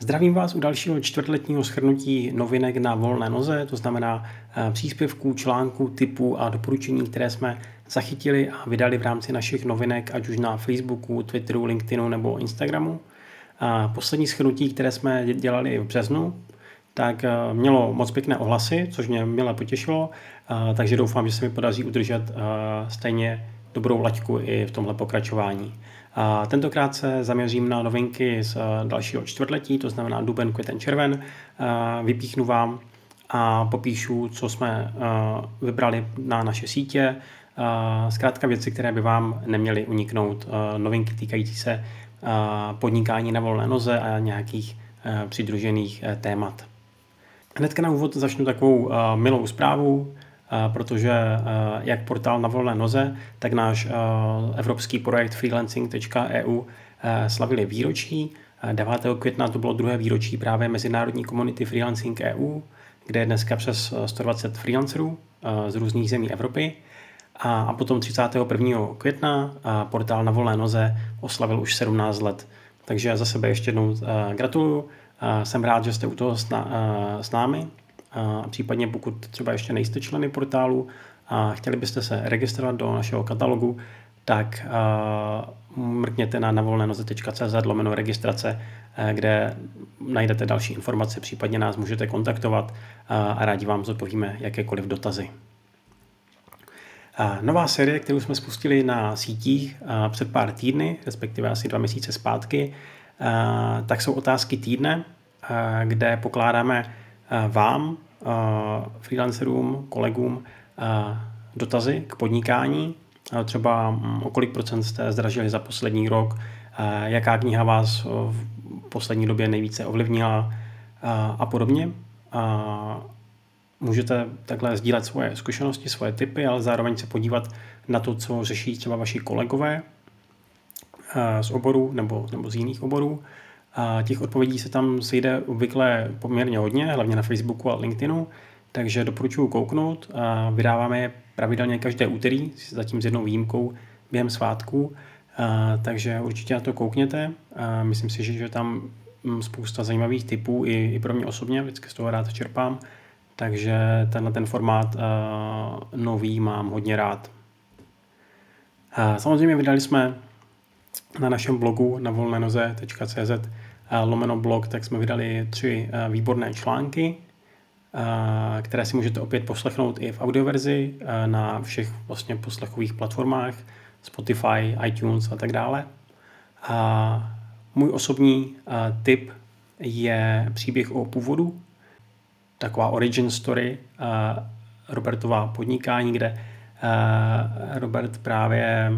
Zdravím vás u dalšího čtvrtletního shrnutí novinek na volné noze, to znamená příspěvků, článků, tipů a doporučení, které jsme zachytili a vydali v rámci našich novinek, ať už na Facebooku, Twitteru, LinkedInu nebo Instagramu. Poslední shrnutí, které jsme dělali v březnu, tak mělo moc pěkné ohlasy, což mě mile potěšilo, takže doufám, že se mi podaří udržet stejně dobrou laťku i v tomhle pokračování. Tentokrát se zaměřím na novinky z dalšího čtvrtletí, to znamená duben, květen, červen. Vypíchnu vám a popíšu, co jsme vybrali na naše sítě. Zkrátka věci, které by vám neměly uniknout. Novinky týkající se podnikání na volné noze a nějakých přidružených témat. Hnedka na úvod začnu takovou milou zprávou, protože jak portál na volné noze, tak náš evropský projekt freelancing.eu slavili výročí. 9. května to bylo druhé výročí právě mezinárodní komunity Freelancing EU, kde je dneska přes 120 freelancerů z různých zemí Evropy. A potom 31. května portál na volné noze oslavil už 17 let. Takže za sebe ještě jednou gratuluju. Jsem rád, že jste u toho s námi. A případně pokud třeba ještě nejste členy portálu a chtěli byste se registrovat do našeho katalogu, tak mrkněte na navolnenoze.cz/registrace, kde najdete další informace, případně nás můžete kontaktovat a rádi vám zodpovíme jakékoliv dotazy. Nová série, kterou jsme spustili na sítích před pár týdny, respektive asi 2 měsíce zpátky, tak jsou otázky týdne, kde pokládáme vám, freelancerům, kolegům dotazy k podnikání, třeba o kolik procent jste zdražili za poslední rok, jaká kniha vás v poslední době nejvíce ovlivnila a podobně. Můžete takhle sdílet svoje zkušenosti, svoje tipy, ale zároveň se podívat na to, co řeší třeba vaši kolegové z oboru nebo z jiných oborů. Těch odpovědí se tam sejde obvykle poměrně hodně, hlavně na Facebooku a LinkedInu, takže doporučuji kouknout. Vydáváme je pravidelně každé úterý, zatím s jednou výjimkou během svátků, takže určitě na to koukněte. Myslím si, že tam spousta zajímavých tipů i pro mě osobně, vždycky z toho rád čerpám, takže ten formát nový mám hodně rád. Samozřejmě vydali jsme na našem blogu na volnenoze.cz/blog, tak jsme vydali 3 výborné články, které si můžete opět poslechnout i v audioverzi na všech vlastně poslechových platformách, Spotify, iTunes a tak dále. Můj osobní tip je příběh o původu, taková origin story Robertova podnikání, kde Robert právě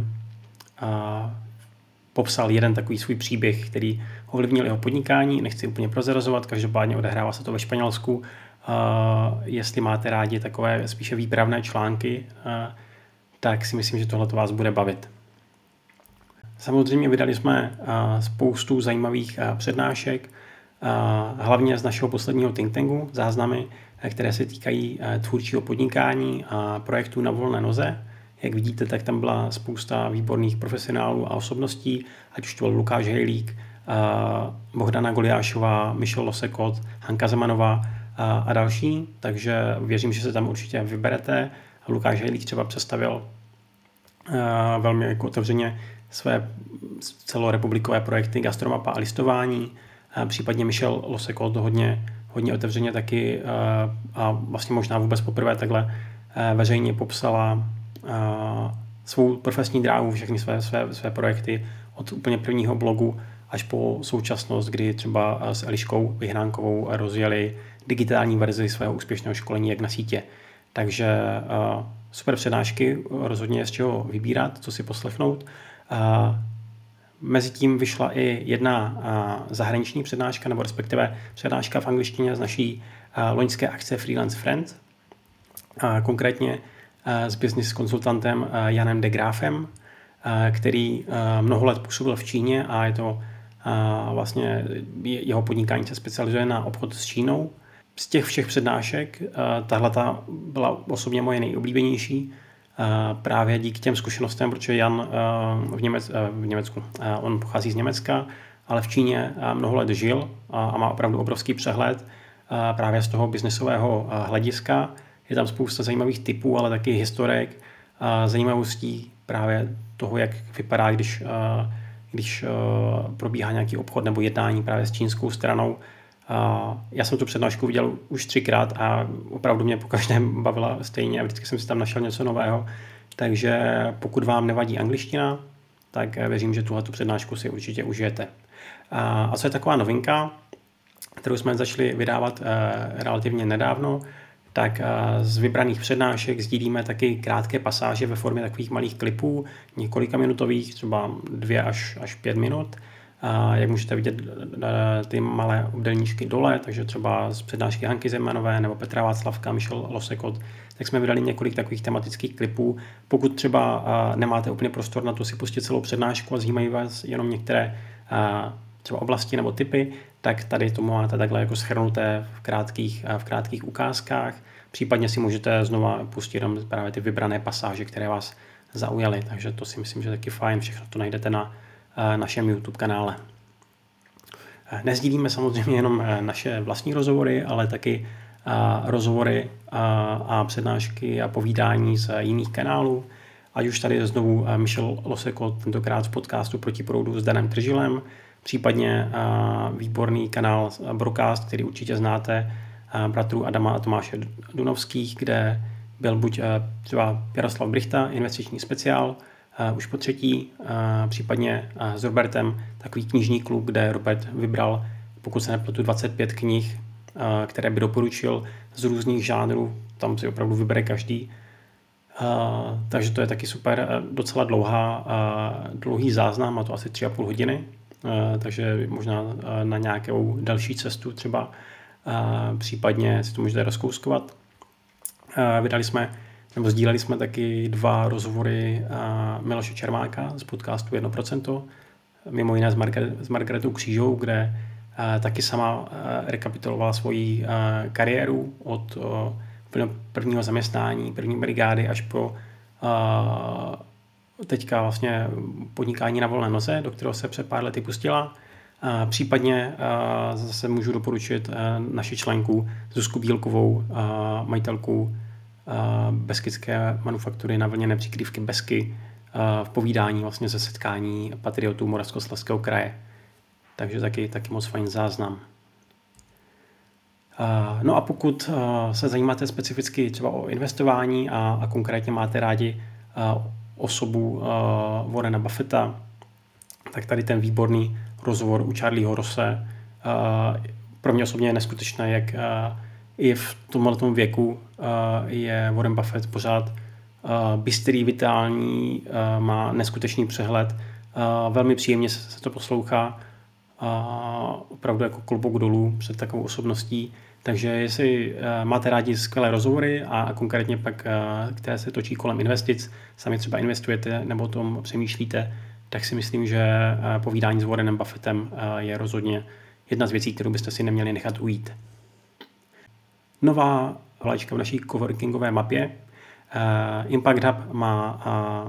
popsal jeden takový svůj příběh, který ovlivnil jeho podnikání. Nechci úplně prozrazovat, každopádně odehrává se to ve Španělsku. Jestli máte rádi takové spíše výpravné články, tak si myslím, že tohle vás bude bavit. Samozřejmě vydali jsme spoustu zajímavých přednášek, hlavně z našeho posledního think tanku, záznamy, které se týkají tvůrčího podnikání a projektů na volné noze. Jak vidíte, tak tam byla spousta výborných profesionálů a osobností, ať už to byl Lukáš Hejlík, Bohdana Goliášová, Michal Losekot, Hanka Zemanová a další, takže věřím, že se tam určitě vyberete. Lukáš Hejlík třeba představil velmi jako otevřeně své celorepublikové projekty Gastromapa a listování, případně Michal Losekot hodně otevřeně taky a vlastně možná vůbec poprvé takhle veřejně popsala svou profesní dráhu, všechny své projekty od úplně prvního blogu až po současnost, kdy třeba s Eliškou Vyhnánkovou rozjeli digitální verzi svého úspěšného školení jak na sítě. Takže super přednášky, rozhodně z čeho vybírat, co si poslechnout. Mezitím vyšla i jedna zahraniční přednáška, nebo respektive přednáška v angličtině z naší loňské akce Freelance Friends, konkrétně s business konzultantem Janem de Graafem, který mnoho let působil v Číně a je to vlastně jeho podnikání se specializuje na obchod s Čínou. Z těch všech přednášek tahleta byla osobně moje nejoblíbenější, právě díky těm zkušenostem, protože Jan v Německu, on pochází z Německa, ale v Číně mnoho let žil a má opravdu obrovský přehled právě z toho biznesového hlediska. Je tam spousta zajímavých typů, ale taky historek, zajímavostí právě toho, jak vypadá, když probíhá nějaký obchod nebo jednání právě s čínskou stranou. Já jsem tu přednášku viděl už 3krát a opravdu mě pokaždé bavila stejně a vždycky jsem si tam našel něco nového. Takže pokud vám nevadí angličtina, tak věřím, že tuhletu přednášku si určitě užijete. A co je taková novinka, kterou jsme začali vydávat relativně nedávno, tak z vybraných přednášek sdílíme taky krátké pasáže ve formě takových malých klipů, několika minutových, třeba 2 až 5 minut. Jak můžete vidět ty malé obdélníčky dole, takže třeba z přednášky Hanky Zemanové nebo Petra Václavka, Michal Losekot, tak jsme vydali několik takových tematických klipů. Pokud třeba nemáte úplně prostor na to si pustit celou přednášku a zajímají vás jenom některé třeba oblasti nebo typy, tak tady to máte takhle jako shrnuté v krátkých ukázkách. Případně si můžete znova pustit jenom právě ty vybrané pasáže, které vás zaujaly. Takže to si myslím, že je taky fajn. Všechno to najdete na našem YouTube kanále. Nezdílíme samozřejmě jenom naše vlastní rozhovory, ale taky rozhovory a přednášky a povídání z jiných kanálů. Ať už tady znovu Michal Losekot, tentokrát z podcastu Proti proudu s Danem Tržilem, případně výborný kanál Brocast, který určitě znáte, bratrů Adama a Tomáše Dunovských, kde byl buď třeba Jaroslav Brichta, investiční speciál, už po třetí, případně s Robertem takový knižní klub, kde Robert vybral, pokud se nepletu, 25 knih, které by doporučil z různých žánrů, tam si opravdu vybere každý. Takže to je taky super, docela dlouhý záznam, a to asi 3,5 hodiny, takže možná na nějakou další cestu třeba případně si to můžete rozkouskovat. Sdíleli jsme taky 2 rozhovory Miloše Čermáka z podcastu 1%, mimo jiné s Margaretou Křížou, kde taky sama rekapitulovala svoji kariéru od prvního zaměstnání, první brigády až po teďka vlastně podnikání na volné noze, do kterého se před pár lety pustila. Případně zase můžu doporučit naši členku Zuzku Bílkovou, majitelku beskydské manufaktury na vlněné přikrývky Besky, v povídání vlastně ze setkání patriotů Moravskoslezského kraje. Takže taky moc fajn záznam. No a pokud se zajímáte specificky třeba o investování a konkrétně máte rádi osobu Warrena Buffetta, tak tady ten výborný rozhovor u Charlieho Rosse pro mě osobně je neskutečné, jak i v tomhle věku je Warren Buffett pořád bystrý, vitální, má neskutečný přehled, velmi příjemně se to poslouchá, opravdu jako klobouk dolů před takovou osobností. Takže jestli máte rádi skvělé rozhovory a konkrétně pak, které se točí kolem investic, sami třeba investujete nebo o tom přemýšlíte, tak si myslím, že povídání s Warrenem Buffettem je rozhodně jedna z věcí, kterou byste si neměli nechat ujít. Nová vlaječka v naší coworkingové mapě. Impact Hub má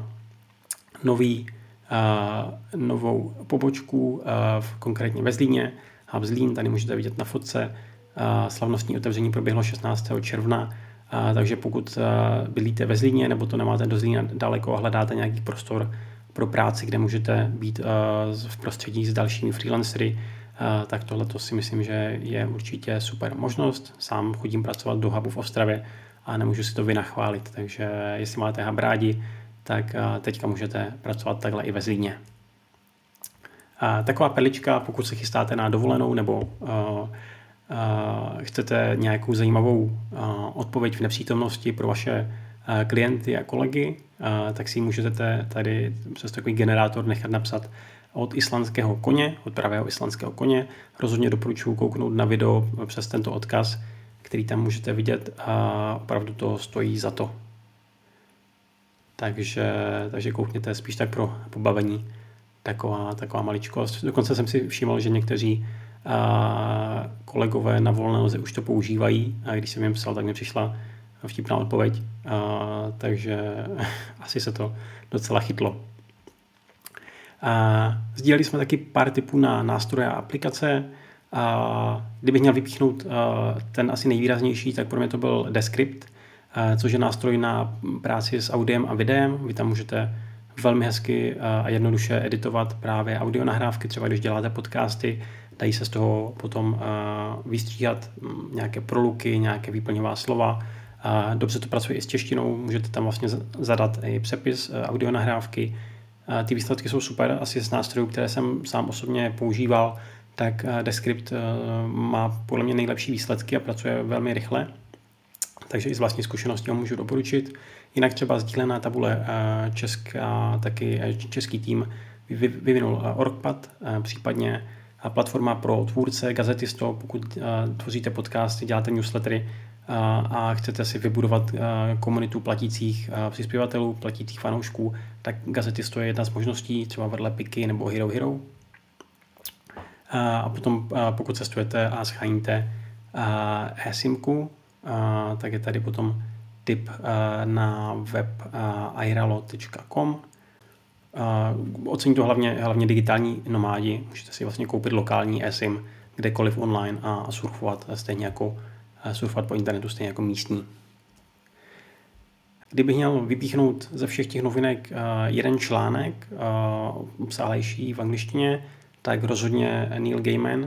novou pobočku konkrétně ve Zlíně. Hub Zlín, tady můžete vidět na fotce. Slavnostní otevření proběhlo 16. června, takže pokud bydlíte ve Zlíně nebo to nemáte do Zlína daleko a hledáte nějaký prostor pro práci, kde můžete být v prostředí s dalšími freelancery, tak tohle si myslím, že je určitě super možnost. Sám chodím pracovat do Hubu v Ostravě a nemůžu si to vynachválit, takže jestli máte Hub rádi, tak teďka můžete pracovat takhle i ve Zlíně. Taková perlička, pokud se chystáte na dovolenou nebo chcete nějakou zajímavou odpověď v nepřítomnosti pro vaše klienty a kolegy, tak si můžete tady přes takový generátor nechat napsat od islandského koně, od pravého islandského koně. Rozhodně doporučuji kouknout na video přes tento odkaz, který tam můžete vidět a opravdu to stojí za to. Takže koukněte spíš tak pro pobavení, taková maličkost. Dokonce jsem si všiml, že někteří kolegové na volné noze už to používají a když jsem jim psal, tak mi přišla vtipná odpověď, takže asi se to docela chytlo. Sdíleli jsme taky pár tipů na nástroje a aplikace. Kdybych měl vypíchnout ten asi nejvýraznější, tak pro mě to byl Descript, což je nástroj na práci s audiem a videem. Vy tam můžete velmi hezky a jednoduše editovat právě audio nahrávky, třeba když děláte podcasty, dají se z toho potom vystříhat nějaké proluky, nějaké výplňová slova. Dobře to pracuje i s češtinou, můžete tam vlastně zadat i přepis audio nahrávky. Ty výsledky jsou super, asi z nástrojů, které jsem sám osobně používal, tak Descript má podle mě nejlepší výsledky a pracuje velmi rychle. Takže i z vlastní zkušenosti ho můžu doporučit. Jinak třeba sdílená tabule taky český tým vyvinul Orgpad, případně platforma pro tvůrce, Gazetisto, pokud tvoříte podcasty, děláte newslettery a chcete si vybudovat komunitu platících přispěvatelů, platících fanoušků, tak Gazetisto je jedna z možností, třeba vedle Piky nebo Hero Hero. A potom pokud cestujete a sháníte eSIMku, tak je tady potom tip na web airalo.com. Ocení to hlavně digitální nomádi. Můžete si vlastně koupit lokální eSIM kdekoliv online a surfovat stejně jako surfovat po internetu stejně jako místní. Kdybych měl vypíchnout ze všech těch novinek jeden článek obsáhlejší v angličtině, tak rozhodně Neil Gaiman,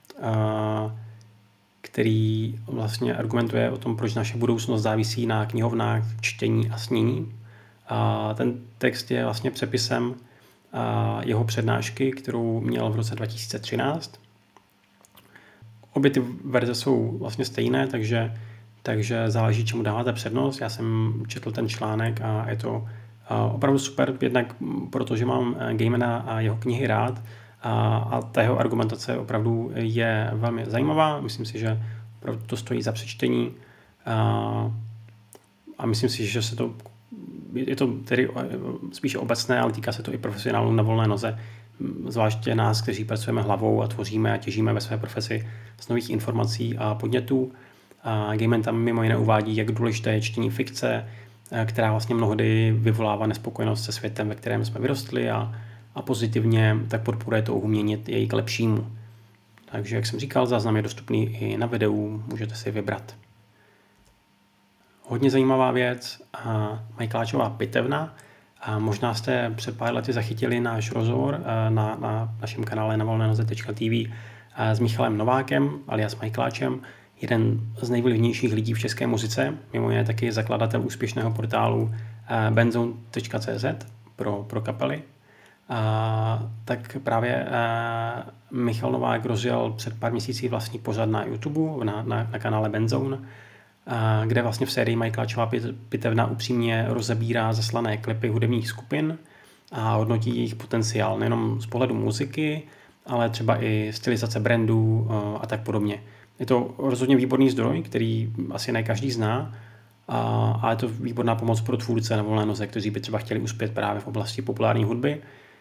který vlastně argumentuje o tom, proč naše budoucnost závisí na knihovnách, čtení a snění. Ten text je vlastně přepisem jeho přednášky, kterou měl v roce 2013. Obě ty verze jsou vlastně stejné, takže záleží, čemu dáváte přednost. Já jsem četl ten článek a je to opravdu super, jednak protože mám Gaimana a jeho knihy rád a ta jeho argumentace opravdu je velmi zajímavá. Myslím si, že opravdu to stojí za přečtení a myslím si, že je to tedy spíše obecné, ale týká se to i profesionálů na volné noze, zvláště nás, kteří pracujeme hlavou a tvoříme a těžíme ve své profesi z nových informací a podnětů. Gaiman tam mimo jiné uvádí, jak důležité je čtení fikce, která vlastně mnohdy vyvolává nespokojenost se světem, ve kterém jsme vyrostli a pozitivně tak podporuje to uměnit jej k lepšímu. Takže, jak jsem říkal, záznam je dostupný i na videu, můžete si vybrat. Hodně zajímavá věc, Michaláčová pitevna. Možná jste před pár lety zachytili náš rozhovor na našem kanále na volnénoze.tv s Michalem Novákem, alias Michaláčem, jeden z nejvlivnějších lidí v české muzice, mimo jiné taky zakladatel úspěšného portálu benzone.cz pro kapely. Tak právě Michal Novák rozjel před pár měsíci vlastní pořad na YouTube, na kanále Benzone, kde vlastně v sérii Michaláčová pitevna upřímně rozebírá zaslané klipy hudebních skupin a hodnotí jejich potenciál nejenom z pohledu muziky, ale třeba i stylizace brandů a tak podobně. Je to rozhodně výborný zdroj, který asi ne každý zná, a je to výborná pomoc pro tvůrce na volné noze, kteří by třeba chtěli uspět právě v oblasti populární hudby.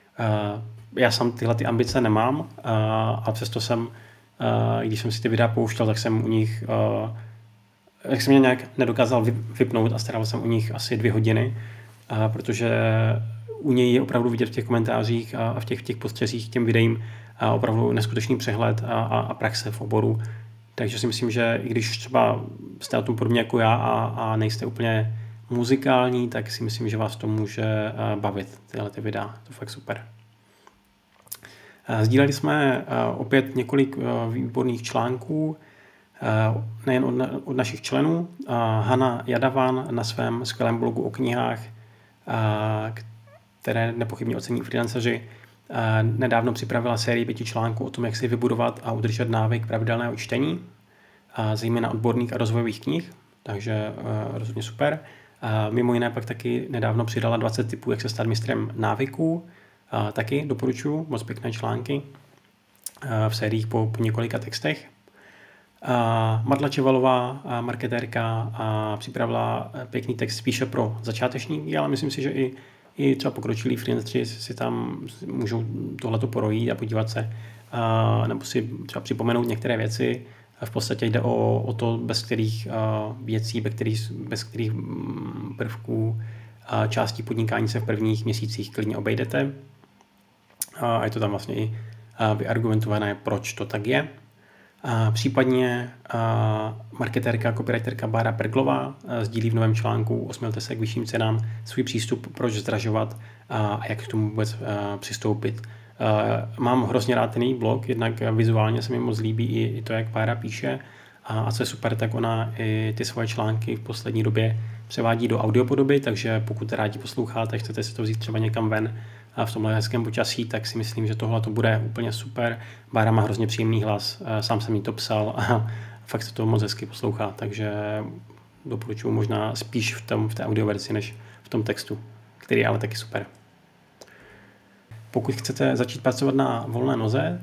Já sám tyhle ty ambice nemám a přesto jsem, když jsem si ty videa pouštěl, tak jsem u nich jak jsem mě nějak nedokázal vypnout a staral jsem u nich asi 2 hodiny, protože u něj je opravdu vidět v těch komentářích a v těch postřezích k těm videím opravdu neskutečný přehled a praxe v oboru. Takže si myslím, že i když třeba jste na tom podobně jako já a nejste úplně muzikální, tak si myslím, že vás to může bavit, tyhle ty videa. To je fakt super. Sdíleli jsme opět několik výborných článků, nejen od našich členů. Hana Jadavan na svém skvělém blogu o knihách, které nepochybně ocení freelanceři, nedávno připravila sérii 5 článků o tom, jak si vybudovat a udržet návyk pravidelného čtení, zejména odborných a rozvojových knih, takže rozhodně super. Mimo jiné pak taky nedávno přidala 20 tipů, jak se stát mistrem návyků, taky doporučuji, moc pěkné články v sériích po několika textech. Marla Čevalová, marketérka, připravila pěkný text spíše pro začátečníky, ale myslím si, že i třeba pokročilí freelanceri si tam můžou tohleto projít a podívat se, nebo si třeba připomenout některé věci. V podstatě jde o to, bez kterých věcí, bez kterých prvků částí podnikání se v prvních měsících klidně obejdete. A je to tam vlastně i vyargumentované, proč to tak je. Případně marketérka a copywriterka Bára Perglová sdílí v novém článku Osmělte se k vyšším cenám svůj přístup, proč zdražovat a jak k tomu vůbec přistoupit. Mám hrozně rád ten její blog, jednak vizuálně se mi moc líbí i to, jak Bára píše, a co je super, tak ona i ty svoje články v poslední době převádí do audiopodoby, takže pokud rádi posloucháte, chcete si to vzít třeba někam ven a v tomhle hezkém počasí, tak si myslím, že tohle to bude úplně super. Bára má hrozně příjemný hlas, sám jsem jí to psal a fakt se to moc hezky poslouchá, takže doporučuji možná spíš v té audioverzi, než v tom textu, který je ale taky super. Pokud chcete začít pracovat na volné noze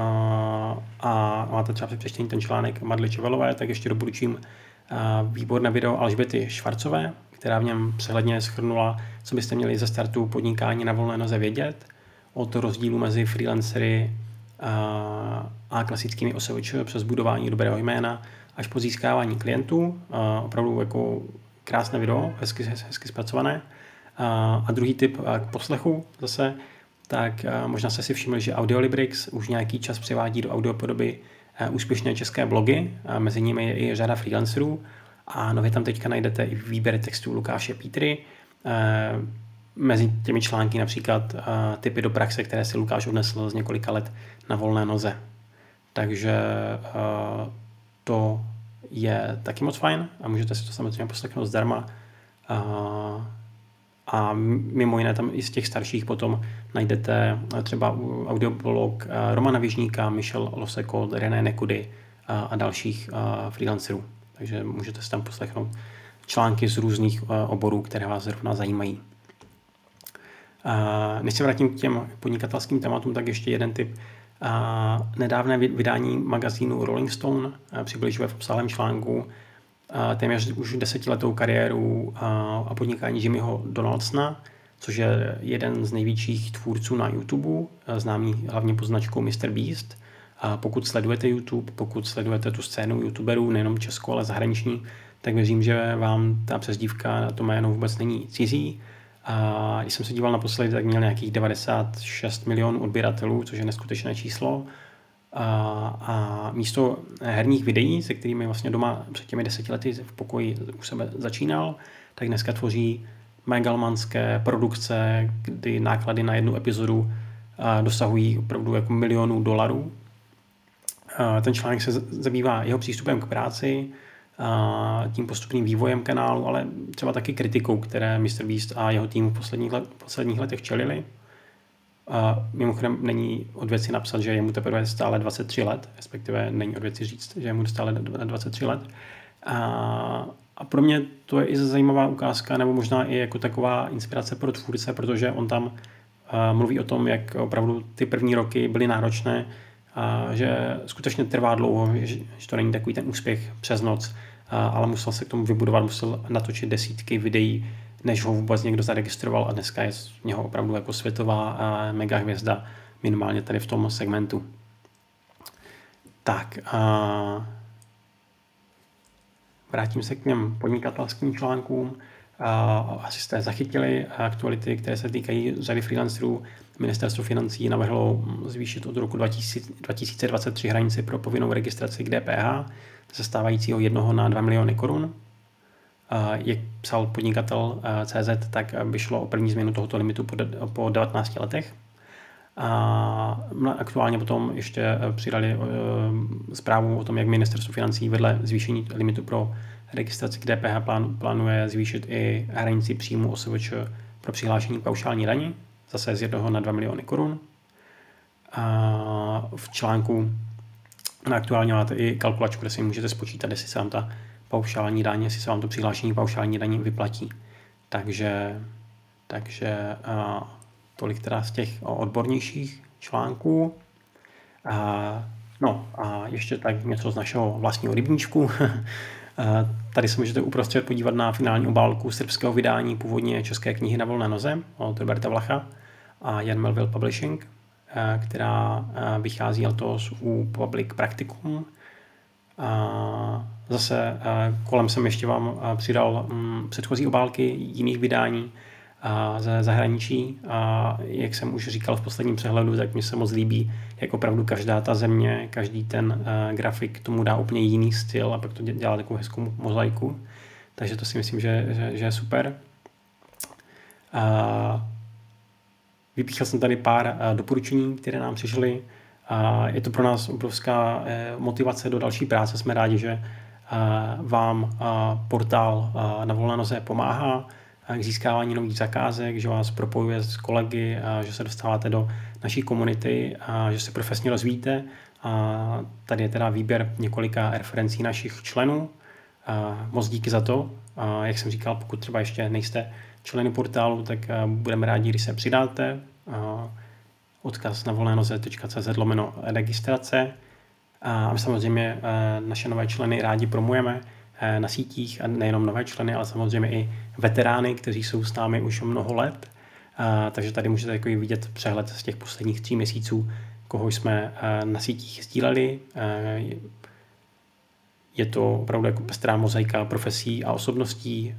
a máte třeba přečtení ten článek Madly Čevelové, tak ještě doporučím výborné video Alžběty Švarcové, která v něm přehledně shrnula, co byste měli ze startu podnikání na volné noze vědět, od rozdílu mezi freelancery a klasickými OSVČ přes budování dobrého jména až po získávání klientů. Opravdu jako krásné video, hezky zpracované. A druhý tip k poslechu zase, tak možná jste si všimli, že Audiolibrix už nějaký čas převádí do audiopodoby úspěšné české blogy, mezi nimi je i řada freelancerů a nově tam teďka najdete i výběr textů Lukáše Pítry, mezi těmi články například tipy do praxe, které si Lukáš odnesl z několika let na volné noze. Takže to je taky moc fajn a můžete si to samozřejmě poslechnout zdarma. A mimo jiné tam i z těch starších potom najdete třeba audioblog Romana Vižníka, Michel Loseko, René Nekudy a dalších freelancerů. Takže můžete si tam poslechnout články z různých oborů, které vás zrovna zajímají. Než se vrátím k těm podnikatelským tématům, tak ještě jeden tip. Nedávné vydání magazínu Rolling Stone přibližuje v obsáhlém článku téměř už 10letou kariéru a podnikání Jimmyho Donaldsona, což je jeden z největších tvůrců na YouTube, známý hlavně pod značkou MrBeast. Pokud sledujete YouTube, pokud sledujete tu scénu YouTuberů, nejenom českou, ale zahraniční, tak věřím, že vám ta přezdívka na to jméno vůbec není cizí. Když jsem se díval naposledy, tak měl nějakých 96 milionů odběratelů, což je neskutečné číslo. A místo herních videí, se kterými vlastně doma před těmi 10 lety v pokoji u sebe začínal, tak dneska tvoří megalomanské produkce, kdy náklady na jednu epizodu dosahují opravdu jako milionů dolarů. Ten článek se zabývá jeho přístupem k práci, tím postupným vývojem kanálu, ale třeba taky kritikou, které MrBeast a jeho tým v posledních letech čelili. Mimochodem není od věci napsat, že je mu teprve stále 23 let, respektive není od věci říct, že je mu stále 23 let. A pro mě to je i zajímavá ukázka, nebo možná i jako taková inspirace pro tvůrce, protože on tam mluví o tom, jak opravdu ty první roky byly náročné, že skutečně trvá dlouho, že to není takový ten úspěch přes noc, ale musel se k tomu vybudovat, musel natočit desítky videí, než ho vůbec někdo zaregistroval a dneska je z něho opravdu jako světová mega hvězda, minimálně tady v tom segmentu. Tak, vrátím se k těm podnikatelským článkům. Asi jste zachytili aktuality, které se týkají řady freelancerů. Ministerstvo financí navrhlo zvýšit od roku 2023 hranici pro povinnou registraci k DPH ze stávajícího 1 na 2 miliony korun. Jak psal podnikatel CZ, tak by šlo o první změnu tohoto limitu po 19 letech. Aktuálně potom ještě přidali zprávu o tom, jak ministerstvo financí vedle zvýšení limitu pro registraci k DPH plánuje zvýšit i hranici příjmu OSVČ pro přihlášení k paušální dani, zase z 1 na 2 miliony korun. V článku na aktuálně máte i kalkulačku, kde si můžete spočítat, jestli se vám ta paušální daň, jestli se vám to přihlášení k paušální daní vyplatí. Takže tolik teda z těch odbornějších článků. A ještě tak něco z našeho vlastního rybníčku. Tady se můžete uprostřed podívat na finální obálku srbského vydání původně české knihy Na volné noze od Roberta Vlacha a Jan Melville Publishing, která vychází letos u Public Practicum. Zase kolem jsem ještě vám přidal předchozí obálky jiných vydání ze zahraničí. A jak jsem už říkal v posledním přehledu, tak mi se moc líbí, jak opravdu každá ta země, každý ten grafik tomu dá úplně jiný styl a pak to dělá takovou hezkou mozaiku. Takže to si myslím, že je super. Vypíchl jsem tady pár doporučení, které nám přišly. Je to pro nás obrovská motivace do další práce. Jsme rádi, že vám portál Na volné noze pomáhá k získávání nových zakázek, že vás propojuje s kolegy, že se dostáváte do naší komunity, že se profesně rozvíjíte. Tady je teda výběr několika referencí našich členů. Moc díky za to. Jak jsem říkal, pokud třeba ještě nejste členy portálu, tak budeme rádi, když se přidáte. Odkaz na volnénoze.cz/registrace. A my samozřejmě naše nové členy rádi promujeme na sítích, a nejenom nové členy, ale samozřejmě i veterány, kteří jsou s námi už mnoho let. Takže tady můžete jako vidět přehled z těch posledních 3 měsíců, koho jsme na sítích sdíleli. Je to opravdu jako pestrá mozaika profesí a osobností.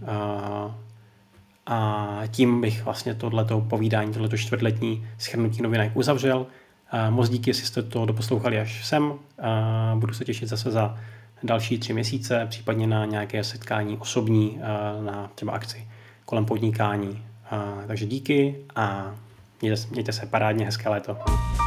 A tím bych vlastně tohleto povídání, tohleto čtvrtletní shrnutí novinek uzavřel. Moc díky, jestli jste to doposlouchali až sem. Budu se těšit zase za další 3 měsíce, případně na nějaké setkání osobní, na třeba akci kolem podnikání. Takže díky a mějte se parádně, hezké léto.